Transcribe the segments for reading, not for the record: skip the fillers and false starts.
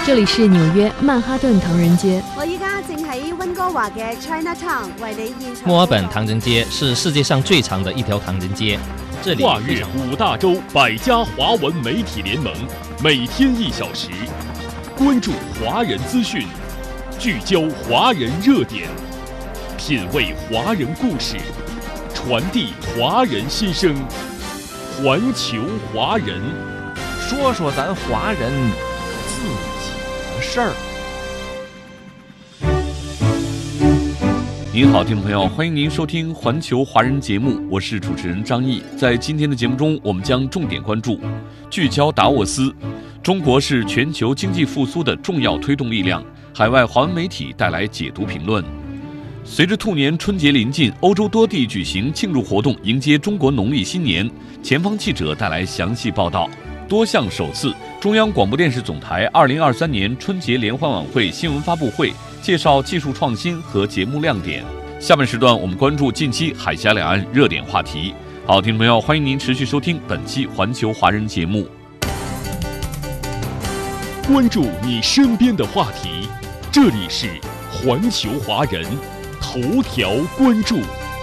这里是纽约曼哈顿唐人街。 我依家正喺温哥華嘅 Chinatown 為你現場。 墨爾本唐人街是世界上最长的一条唐人街，这里跨越5大洲100家华文媒体联盟，每天1小时，关注华人资讯，聚焦华人热点，品味华人故事，传递华人心声，环球华人， 说说咱华人自己的事儿。您好，听众朋友，欢迎您收听环球华人节目，我是主持人张毅。在今天的节目中，我们将重点关注聚焦达沃斯，中国是全球经济复苏的重要推动力量，海外华文媒体带来解读评论。随着兔年春节临近，欧洲多地举行庆祝活动，迎接中国农历新年。前方记者带来详细报道。多项首次，中央广播电视总台2023年春节联欢晚会新闻发布会介绍技术创新和节目亮点。下半时段我们关注近期海峡两岸热点话题。好，听众朋友，欢迎您持续收听本期环球华人节目。 关注你身边的话题，这里是环球华人头条关注。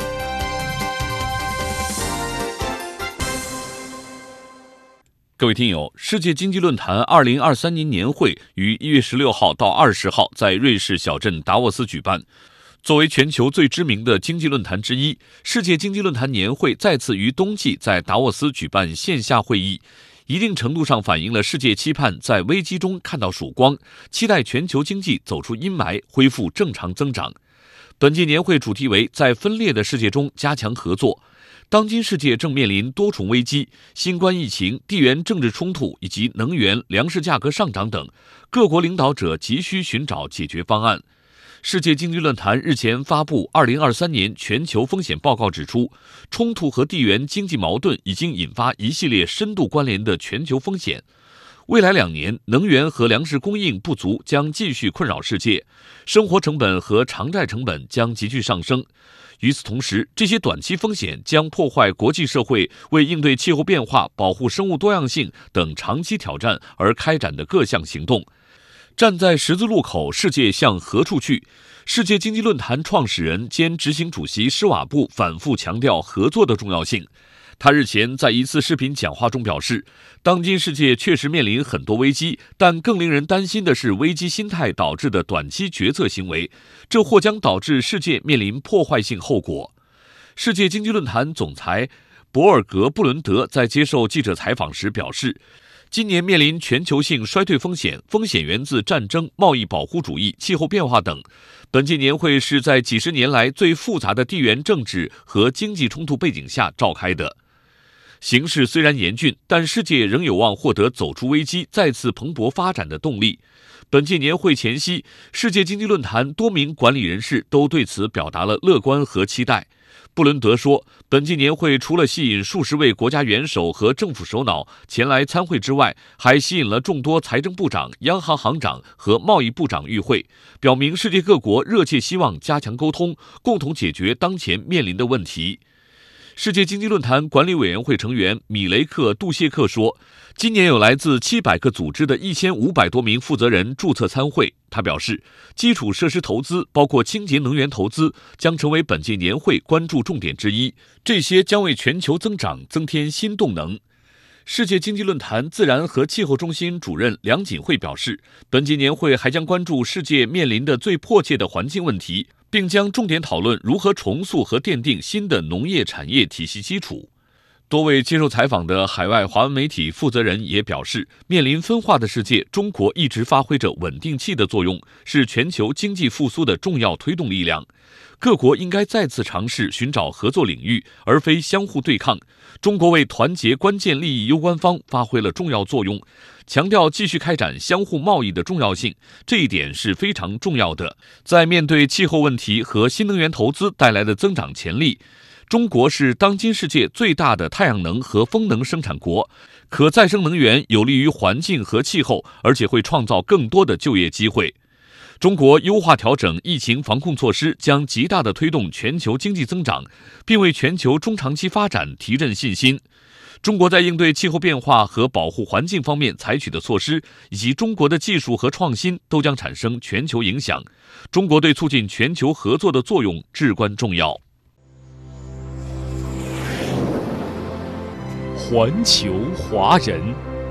各位听友，世界经济论坛2023年年会于1月16号到20号在瑞士小镇达沃斯举办。作为全球最知名的经济论坛之一，世界经济论坛年会再次于冬季在达沃斯举办线下会议，一定程度上反映了世界期盼在危机中看到曙光，期待全球经济走出阴霾，恢复正常增长。本届年会主题为在分裂的世界中加强合作。当今世界正面临多重危机，新冠疫情、地缘政治冲突以及能源、粮食价格上涨等，各国领导者急需寻找解决方案。世界经济论坛日前发布2023年全球风险报告指出，冲突和地缘经济矛盾已经引发一系列深度关联的全球风险。未来2年，能源和粮食供应不足将继续困扰世界，生活成本和偿债成本将急剧上升。与此同时，这些短期风险将破坏国际社会为应对气候变化、保护生物多样性等长期挑战而开展的各项行动。站在十字路口，世界向何处去？世界经济论坛创始人兼执行主席施瓦布反复强调合作的重要性。他日前在一次视频讲话中表示，当今世界确实面临很多危机，但更令人担心的是危机心态导致的短期决策行为，这或将导致世界面临破坏性后果。世界经济论坛总裁博尔格布伦德在接受记者采访时表示，今年面临全球性衰退风险，风险源自战争、贸易保护主义、气候变化等。本届年会是在几十年来最复杂的地缘政治和经济冲突背景下召开的。形势虽然严峻，但世界仍有望获得走出危机、再次蓬勃发展的动力。本届年会前夕，世界经济论坛多名管理人士都对此表达了乐观和期待。布伦德说，本届年会除了吸引数十位国家元首和政府首脑前来参会之外，还吸引了众多财政部长、央行行长和贸易部长与会，表明世界各国热切希望加强沟通，共同解决当前面临的问题。世界经济论坛管理委员会成员米雷克·杜谢克说，今年有来自700个组织的1500多名负责人注册参会。他表示，基础设施投资，包括清洁能源投资，将成为本届年会关注重点之一，这些将为全球增长增添新动能。世界经济论坛自然和气候中心主任梁锦惠表示，本届年会还将关注世界面临的最迫切的环境问题，并将重点讨论如何重塑和奠定新的农业产业体系基础。多位接受采访的海外华文媒体负责人也表示，面临分化的世界，中国一直发挥着稳定器的作用，是全球经济复苏的重要推动力量。各国应该再次尝试寻找合作领域，而非相互对抗。中国为团结关键利益攸关方发挥了重要作用，强调继续开展相互贸易的重要性，这一点是非常重要的。在面对气候问题和新能源投资带来的增长潜力，中国是当今世界最大的太阳能和风能生产国，可再生能源有利于环境和气候，而且会创造更多的就业机会。中国优化调整疫情防控措施，将极大地推动全球经济增长，并为全球中长期发展提振信心。 中国在应对气候变化和保护环境方面采取的措施，以及中国的技术和创新都将产生全球影响。中国对促进全球合作的作用至关重要。 环球华人。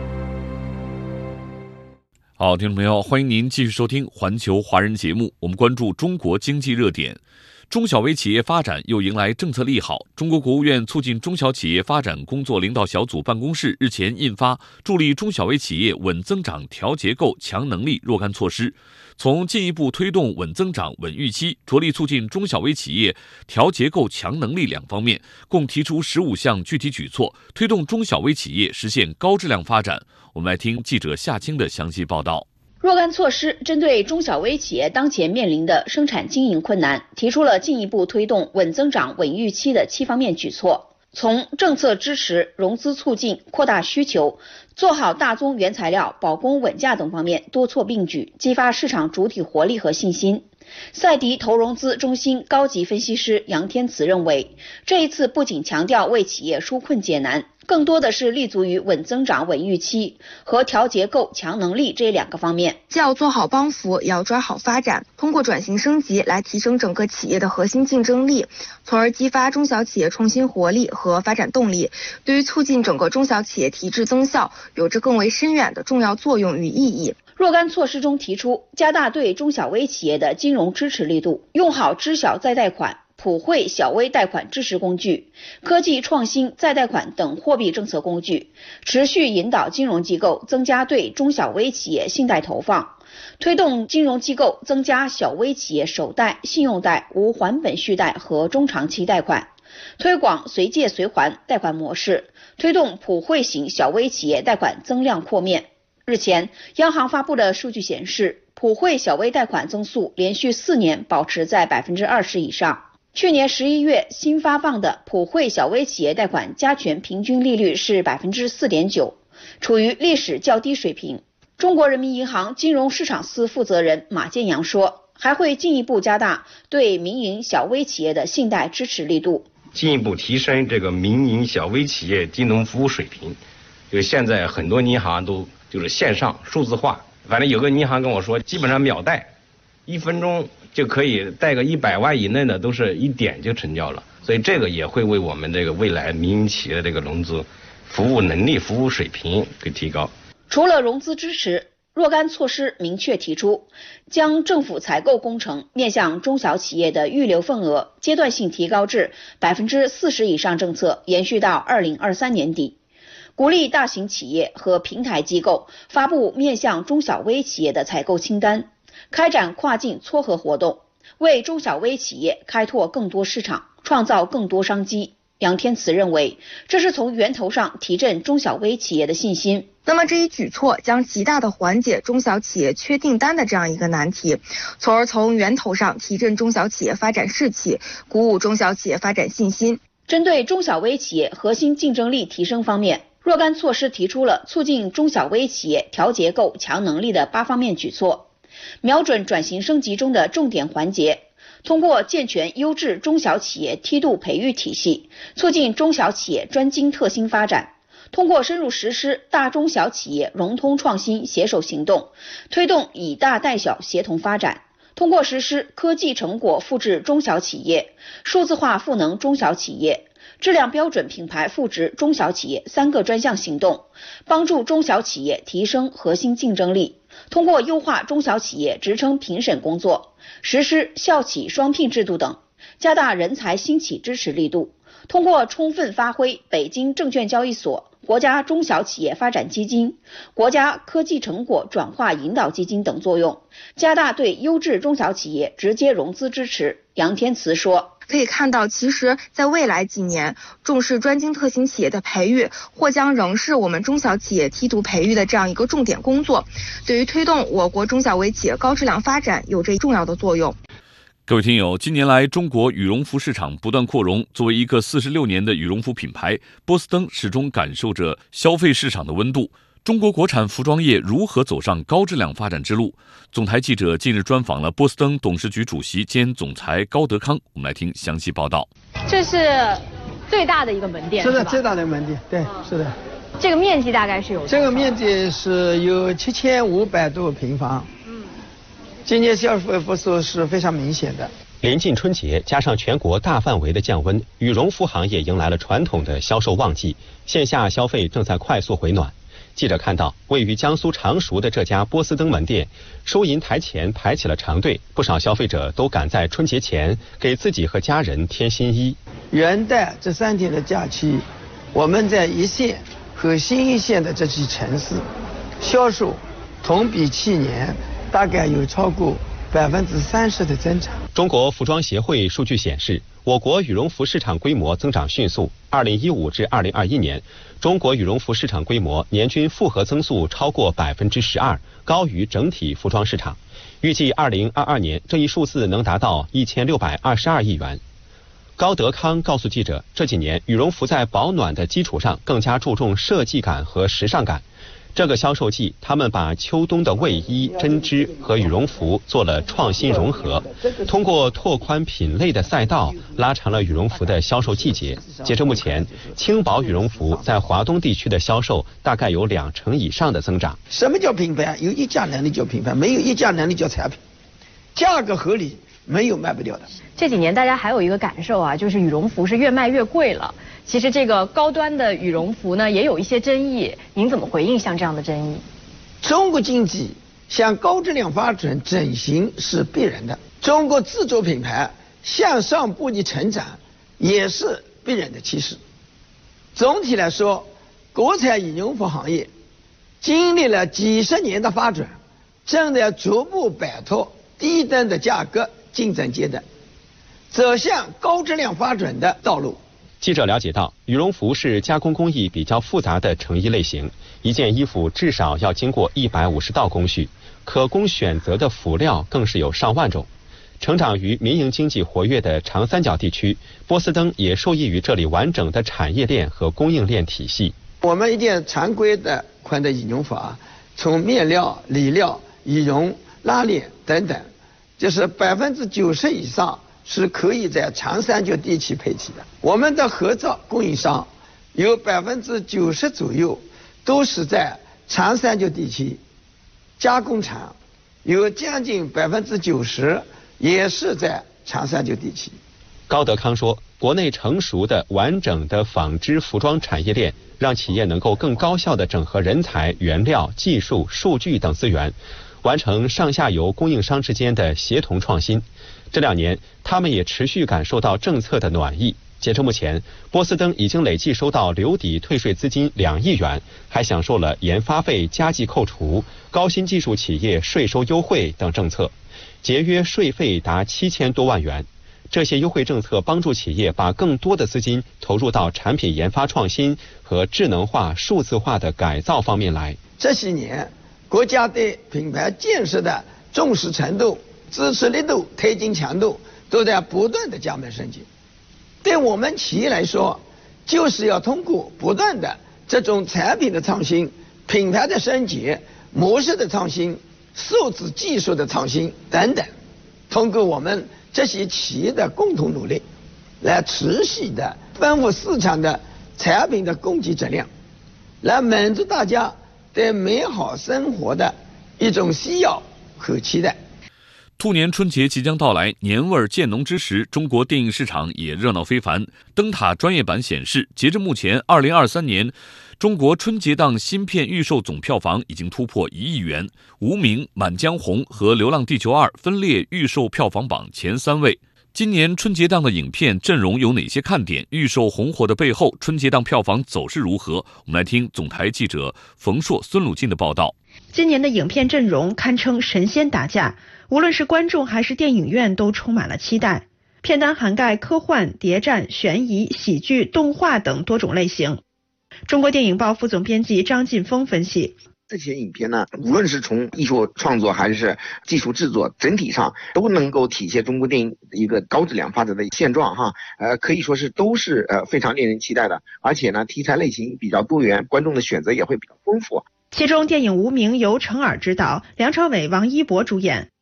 好，听众朋友，欢迎您继续收听环球华人节目，我们关注中国经济热点。中小微企业发展又迎来政策利好。中国国务院促进中小企业发展工作领导小组办公室日前印发助力中小微企业稳增长、调结构、强能力若干措施，从进一步推动稳增长、稳预期，着力促进中小微企业调结构、强能力两方面，共提出15项具体举措，推动中小微企业实现高质量发展。我们来听记者夏青的详细报道。 若干措施针对中小微企业当前面临的生产经营困难，提出了进一步推动稳增长、稳预期的7方面举措，从政策支持、融资促进、扩大需求、做好大宗原材料保供稳价等方面多措并举，激发市场主体活力和信心。赛迪投融资中心高级分析师杨天慈认为，这一次不仅强调为企业纾困解难，更多的是立足于稳增长、稳预期和调结构、强能力这2个方面。 既要做好帮扶，也要抓好发展，通过转型升级来提升整个企业的核心竞争力，从而激发中小企业创新活力和发展动力，对于促进整个中小企业提质增效有着更为深远的重要作用与意义。 若干措施中提出，加大对中小微企业的金融支持力度，用好知小再贷款、普惠小微贷款支持工具、科技创新再贷款等货币政策工具，持续引导金融机构增加对中小微企业信贷投放，推动金融机构增加小微企业首贷、信用贷、无还本续贷和中长期贷款，推广随借随还贷款模式，推动普惠型小微企业贷款增量扩面。日前，央行发布的数据显示，普惠小微贷款增速连续4年保持在20%以上。去年11月新发放的普惠小微企业贷款加权平均利率是 4.9%， 处于历史较低水平。中国人民银行金融市场司负责人马建阳说，还会进一步加大对民营小微企业的信贷支持力度， 进一步提升这个民营小微企业金融服务水平。就现在很多银行都就是线上数字化，反正有个银行跟我说，基本上秒贷，1分钟就可以贷个100万以内的，都是1点就成交了。所以这个也会为我们这个未来民营企业的这个融资服务能力、服务水平给提高。 除了融资支持，若干措施明确提出，将政府采购工程面向中小企业的预留份额阶段性提高至40%以上政策延续到2023年底。鼓励大型企业和平台机构发布面向中小微企业的采购清单，开展跨境撮合活动，为中小微企业开拓更多市场，创造更多商机。杨天慈认为，这是从源头上提振中小微企业的信心。 那么这一举措将极大的缓解中小企业缺订单的这样一个难题，从而从源头上提振中小企业发展士气，鼓舞中小企业发展信心。 针对中小微企业核心竞争力提升方面，若干措施提出了促进中小微企业调结构、强能力的8方面举措，瞄准转型升级中的重点环节，通过健全优质中小企业梯度培育体系，促进中小企业专精特新发展，通过深入实施大中小企业融通创新携手行动，推动以大带小协同发展，通过实施科技成果复制中小企业、数字化赋能中小企业、质量标准品牌复制中小企业3个专项行动，帮助中小企业提升核心竞争力。通过优化中小企业职称评审工作，实施校企双聘制度等，加大人才兴起支持力度。通过充分发挥北京证券交易所、国家中小企业发展基金、国家科技成果转化引导基金等作用，加大对优质中小企业直接融资支持。杨天慈说， 可以看到，其实在未来几年，重视专精特新企业的培育或将仍是我们中小企业梯度培育的这样一个重点工作，对于推动我国中小微企业高质量发展有着重要的作用。 各位听友，近年来中国羽绒服市场不断扩容，作为一个46年的羽绒服品牌，波司登始终感受着消费市场的温度。中国国产服装业如何走上高质量发展之路？总台记者近日专访了波司登董事局主席兼总裁高德康，我们来听详细报道。 这是最大的一个门店。 是的，最大的门店，对，是的。 这个面积大概是有多少？ 这个面积是有7500多平方。今年消费复苏是非常明显的。 临近春节，加上全国大范围的降温，羽绒服行业迎来了传统的销售旺季，线下消费正在快速回暖。记者看到，位于江苏常熟的这家波司登门店，收银台前排起了长队，不少消费者都赶在春节前给自己和家人添新衣。 元旦这3天的假期，我们在一线和新一线的这些城市，销售同比去年大概有超过30%的增长。 中国服装协会数据显示，我国羽绒服市场规模增长迅速。2015至2021年，中国羽绒服市场规模年均复合增速超过12%，高于整体服装市场。预计2022年这一数字能达到1622亿元。高德康告诉记者，这几年羽绒服在保暖的基础上更加注重设计感和时尚感。这个销售季，他们把秋冬的卫衣、针织和羽绒服做了创新融合，通过拓宽品类的赛道，拉长了羽绒服的销售季节。截至目前，轻薄羽绒服在华东地区的销售大概有20%以上的增长。 什么叫品牌？有议价能力叫品牌，没有议价能力叫产品。价格合理，没有卖不掉的。 这几年大家还有一个感受啊，就是羽绒服是越卖越贵了。其实这个高端的羽绒服呢，也有一些争议，您怎么回应像这样的争议？ 中国经济向高质量发展转型是必然的，中国自主品牌向上不逆成长也是必然的趋势。总体来说，国产羽绒服行业经历了几十年的发展，正在逐步摆脱低端的价格竞争阶段，走向高质量发展的道路。 记者了解到，羽绒服是加工工艺比较复杂的成衣类型，一件衣服至少要经过150道工序，可供选择的辅料更是有上万种。成长于民营经济活跃的长三角地区，波司登也受益于这里完整的产业链和供应链体系。 我们一件常规的款的羽绒服啊，从面料、里料、羽绒、拉链等等，就是90%以上是可以在长三角地区配齐的。我们的合作供应商有90%左右都是在长三角地区，加工厂有将近90%也是在长三角地区。 高德康说，国内成熟的完整的纺织服装产业链，让企业能够更高效地整合人才、原料、技术、数据等资源，完成上下游供应商之间的协同创新。这2年，他们也持续感受到政策的暖意。截至目前，波司登已经累计收到留抵退税资金2亿元，还享受了研发费加计扣除、高新技术企业税收优惠等政策，节约税费达7000多万元。这些优惠政策帮助企业把更多的资金投入到产品研发创新和智能化、数字化的改造方面来。 这些年，国家对品牌建设的重视程度、支持力度、推进强度都在不断的加倍升级。对我们企业来说，就是要通过不断的这种产品的创新、品牌的升级、模式的创新、数字技术的创新等等，通过我们这些企业的共同努力，来持续的丰富市场的产品的供给质量，来满足大家对美好生活的一种需要和期待。 兔年春节即将到来，年味渐浓之时，中国电影市场也热闹非凡。灯塔专业版显示，截至目前，2023年中国春节档新片预售总票房已经突破1亿元，《无名》《满江红》和《流浪地球2》分列预售票房榜前3位。今年春节档的影片阵容有哪些看点？预售红火的背后，春节档票房走势如何？我们来听总台记者冯硕、孙鲁进的报道。 今年的影片阵容堪称神仙打架，无论是观众还是电影院都充满了期待。片单涵盖科幻、谍战、悬疑、喜剧、动画等多种类型。中国电影报副总编辑张劲峰分析， 这些影片呢，无论是从艺术创作还是技术制作，整体上都能够体现中国电影一个高质量发展的现状哈。可以说是都是非常令人期待的，而且呢，题材类型比较多元，观众的选择也会比较丰富。 其中电影《无名》由程耳执导，梁朝伟、王一博主演。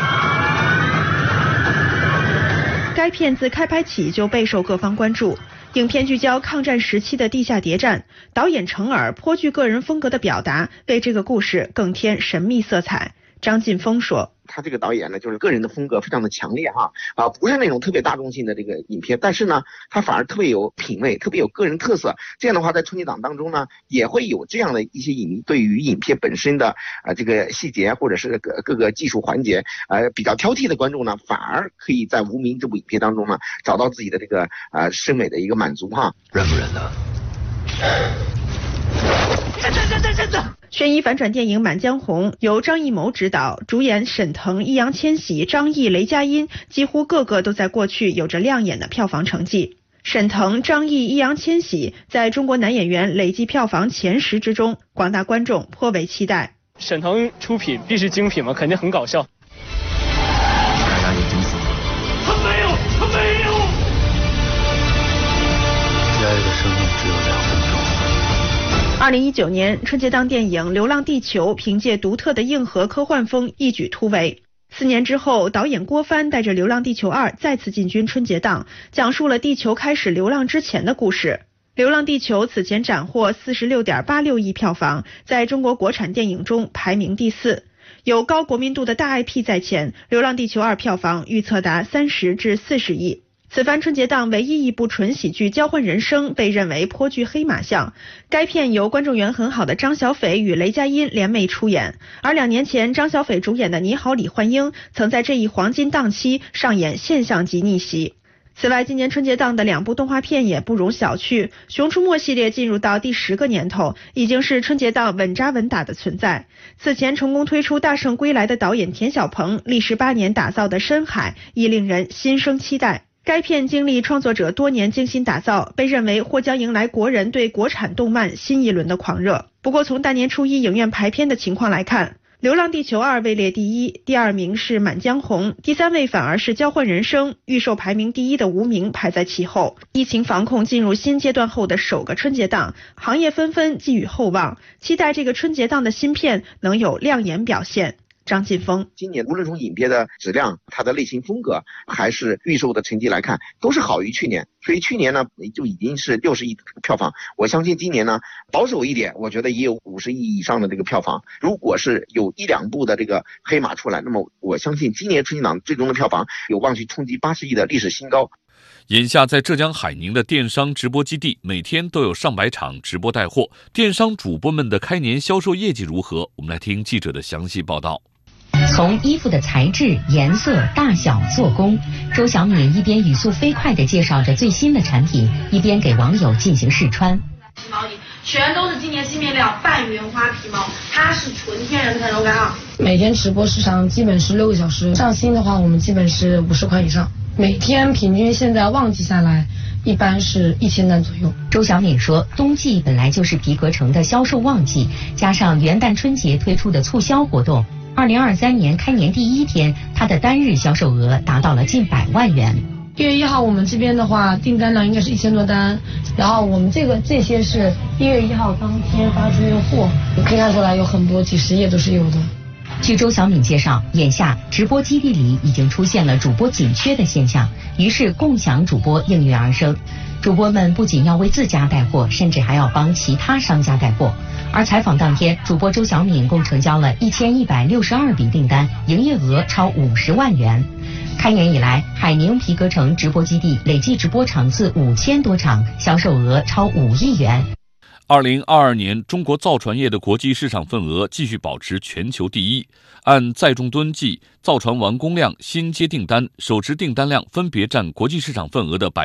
该片自开拍起就备受各方关注。 影片聚焦抗战时期的地下谍战，导演程耳颇具个人风格的表达，为这个故事更添神秘色彩。张晋峰说。 他这个导演呢，就是个人的风格非常的强烈不是那种特别大众性的这个影片，但是呢，他反而特别有品味，特别有个人特色。这样的话，在春节档当中呢，也会有这样的一些影迷对于影片本身的这个细节或者是各个技术环节比较挑剔的观众呢，反而可以在《无名》这部影片当中呢，找到自己的这个审美的一个满足认不认得？ 悬疑反转电影《满江红》由张艺谋执导，主演沈腾、易烊千玺、张译、雷佳音，几乎个个都在过去有着亮眼的票房成绩。沈腾、张译、易烊千玺在中国男演员累计票房前10之中，广大观众颇为期待。 沈腾出品必是精品嘛，肯定很搞笑。 大家已经死了。 他没有。 人类的生命只有2分钟。 2019年春节档电影《流浪地球》凭借独特的硬核科幻风一举突围。4年之后，导演郭帆带着《流浪地球2》再次进军春节档，讲述了地球开始流浪之前的故事。《流浪地球》此前斩获46.86亿票房，在中国国产电影中排名第4。有高国民度的大 IP 在前，《流浪地球2》票房预测达30至40亿。此番春节档唯一一部纯喜剧《交换人生》被认为颇具黑马相。该片由观众缘很好的张小斐与雷佳音联袂出演，而2年前张小斐主演的《你好，李焕英》曾在这一黄金档期上演现象级逆袭。此外，今年春节档的2部动画片也不容小觑，《熊出没》系列进入到第10个年头，已经是春节档稳扎稳打的存在。此前成功推出《大圣归来》的导演田晓鹏，历时8年打造的《深海》亦令人心生期待。该片经历创作者多年精心打造，被认为或将迎来国人对国产动漫新一轮的狂热。不过从大年初一影院排片的情况来看，《流浪地球2》位列第1，第2名是《满江红》，第3位反而是《交换人生》，预售排名第1的《无名》排在其后。疫情防控进入新阶段后的首个春节档，行业纷纷寄予厚望，期待这个春节档的新片能有亮眼表现。张晋峰， 今年无论从影片的质量、它的类型风格，还是预售的成绩来看，都是好于去年。所以去年呢，就已经是60亿票房。我相信今年呢，保守一点，我觉得也有50亿以上的这个票房。如果是有1、2部的这个黑马出来，那么我相信今年春节档最终的票房有望去冲击80亿的历史新高。 眼下在浙江海宁的电商直播基地，每天都有上百场直播带货，电商主播们的开年销售业绩如何？我们来听记者的详细报道。 从衣服的材质、颜色、大小、做工，周小敏一边语速飞快地介绍着最新的产品，一边给网友进行试穿。 皮毛衣全都是今年新面料半原花皮毛，它是纯天然的弹柔感啊。 每天直播时长基本是6个小时，上新的话我们基本是50块以上，每天平均现在旺季下来一般是1000单左右。 周小敏说，冬季本来就是皮革城的销售旺季，加上元旦春节推出的促销活动，2023年开年第1天，它的单日销售额达到了近100万元。 1月1号我们这边的话，订单量应该是1000多单，然后我们这些是1月1号当天发出的货，可以看出来有很多几十页都是有的。 据周小敏介绍，眼下直播基地里已经出现了主播紧缺的现象，于是共享主播应运而生。主播们不仅要为自家带货，甚至还要帮其他商家带货。而采访当天，主播周小敏共成交了1162笔订单，营业额超50万元。开年以来，海宁皮革城直播基地累计直播场次5000多场，销售额超5亿元。 2022年，中国造船业的国际市场份额继续保持全球第1。按载重吨计，造船完工量、新接订单、手持订单量分别占国际市场份额的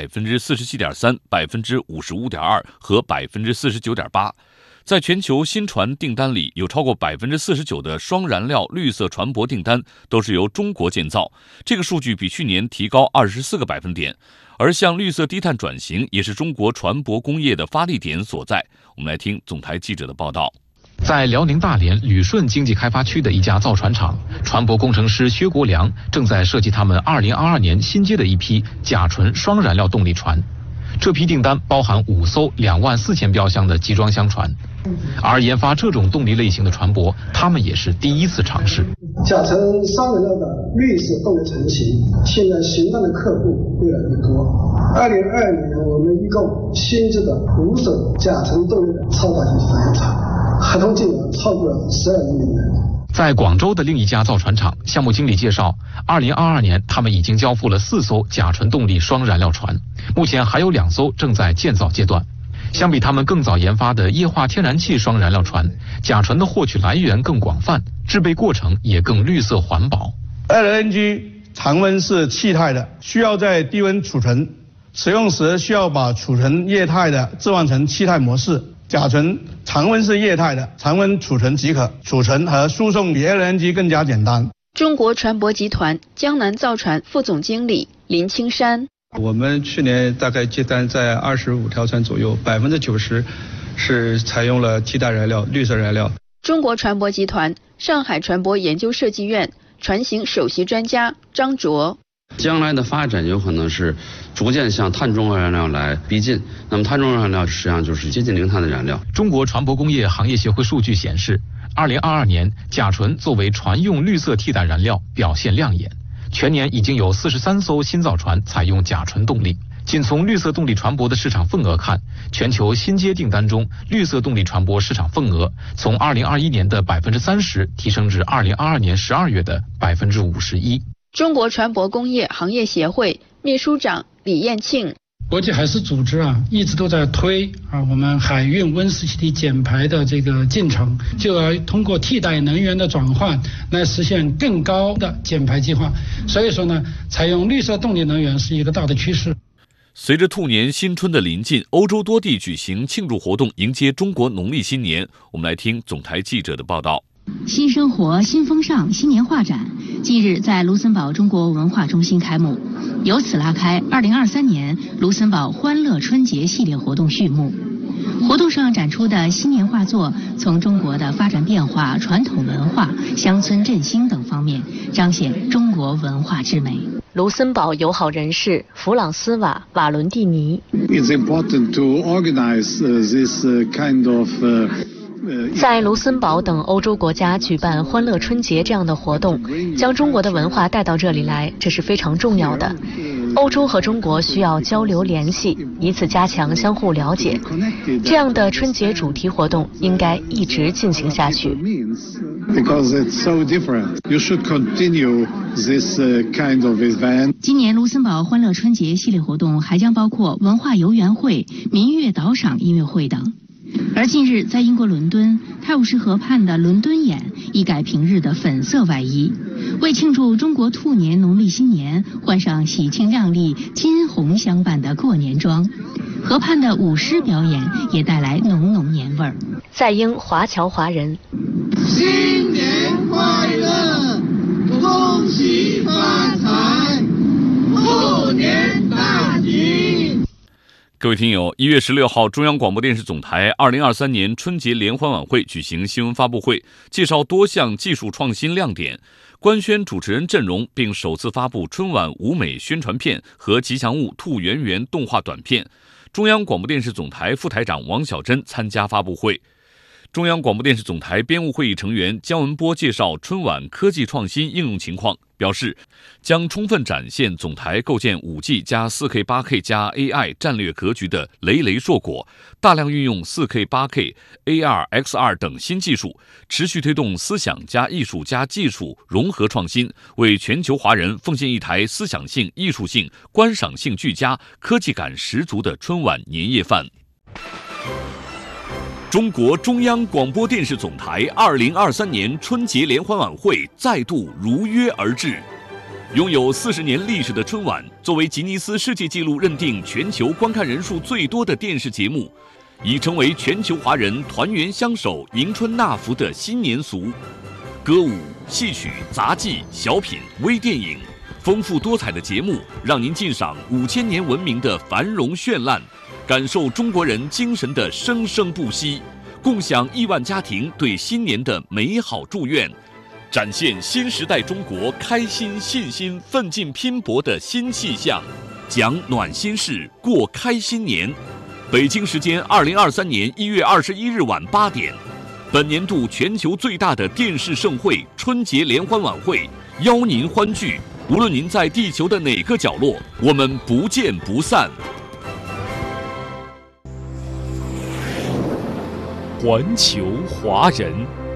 47.3%、55.2%和49.8%。在全球新船订单里，有超过49%的双燃料绿色船舶订单都是由中国建造，这个数据比去年提高24个百分点。而向绿色低碳转型也是中国船舶工业的发力点所在。我们来听总台记者的报道。 在辽宁大连旅顺经济开发区的一家造船厂，船舶工程师薛国良正在设计他们2022年新接的一批甲醇双燃料动力船。这批订单包含5艘24000标箱的集装箱船，而研发这种动力类型的船舶，他们也是第一次尝试。 甲醇双燃料的绿色动力成型，现在行动的客户越来越多。2022年，我们一共新制的5艘甲醇动力的超大型发电厂，合同金额超过了12亿美元。 在广州的另一家造船厂，项目经理介绍，2022年他们已经交付了4艘甲醇动力双燃料船，目前还有2艘正在建造阶段。相比他们更早研发的液化天然气双燃料船，甲醇的获取来源更广泛，制备过程也更绿色环保。 LNG 常温是气态的，需要在低温储存，使用时需要把储存液态的置换成气态模式。甲醇常温是液态的，常温储存即可，储存和输送比 LNG 更加简单。 中国船舶集团江南造船副总经理林青山。 我们去年大概接单在25条船左右，90%是采用了替代燃料、绿色燃料。 中国船舶集团上海船舶研究设计院船型首席专家张卓。 将来的发展有可能是逐渐向碳中和燃料来逼近，那么碳中和燃料实际上就是接近零碳的燃料。 中国船舶工业行业协会数据显示，2022年甲醇作为船用绿色替代燃料表现亮眼。全年已经有43艘新造船采用甲醇动力。仅从绿色动力船舶的市场份额看，全球新接订单中，绿色动力船舶市场份额从2021年的30%提升至2022年12月的51%。 中国船舶工业行业协会秘书长李彦庆。 国际海事组织一直都在推我们海运温室气体减排的这个进程，就要通过替代能源的转换来实现更高的减排计划。所以说呢，采用绿色动力能源是一个大的趋势。 随着兔年新春的临近，欧洲多地举行庆祝活动，迎接中国农历新年。我们来听总台记者的报道。 新生活新风尚新年画展近日在卢森堡中国文化中心开幕，由此拉开2023年卢森堡欢乐春节系列活动序幕。活动上展出的新年画作，从中国的发展变化、传统文化、乡村振兴等方面彰显中国文化之美。 卢森堡友好人士弗朗斯瓦·瓦伦蒂尼。 It's important to organize this kind of 在卢森堡等欧洲国家举办欢乐春节这样的活动，将中国的文化带到这里来，这是非常重要的。欧洲和中国需要交流联系，以此加强相互了解。这样的春节主题活动应该一直进行下去。 今年卢森堡欢乐春节系列活动还将包括文化游园会、民乐导赏音乐会等。而近日，在英国伦敦泰晤士河畔的伦敦眼一改平日的粉色外衣，为庆祝中国兔年农历新年，换上喜庆亮丽、金红相伴的过年装。河畔的舞狮表演也带来浓浓年味儿。 在英华侨华人， 新年快乐，恭喜发财，兔年大吉。 各位听友，1月16号，中央广播电视总台2023年春节联欢晚会举行新闻发布会，介绍多项技术创新亮点，官宣主持人阵容，并首次发布春晚舞美宣传片和吉祥物兔圆圆动画短片。中央广播电视总台副台长王晓珍参加发布会。中央广播电视总台编务会议成员姜文波介绍春晚科技创新应用情况，表示将充分展现总台构建 5G 加 4K 8K 加 AI 战略格局的累累硕果，大量运用 4K 8K AR、XR 等新技术，持续推动思想加艺术加技术融合创新，为全球华人奉献一台思想性、艺术性、观赏性俱佳、科技感十足的春晚年夜饭。中国中央广播电视总台2023年春节联欢晚会再度如约而至。拥有40年历史的春晚，作为吉尼斯世界纪录认定全球观看人数最多的电视节目，已成为全球华人团圆相守、迎春纳福的新年俗。歌舞、戏曲、杂技、小品、微电影，丰富多彩的节目，让您尽赏5000年文明的繁荣绚烂，感受中国人精神的生生不息，共享亿万家庭对新年的美好祝愿，展现新时代中国开心、信心、奋进、拼搏的新气象，讲暖心事，过开心年。北京时间2023年1月21日晚8点， 本年度全球最大的电视盛会——春节联欢晚会，邀您欢聚。无论您在地球的哪个角落，我们不见不散。 环球华人。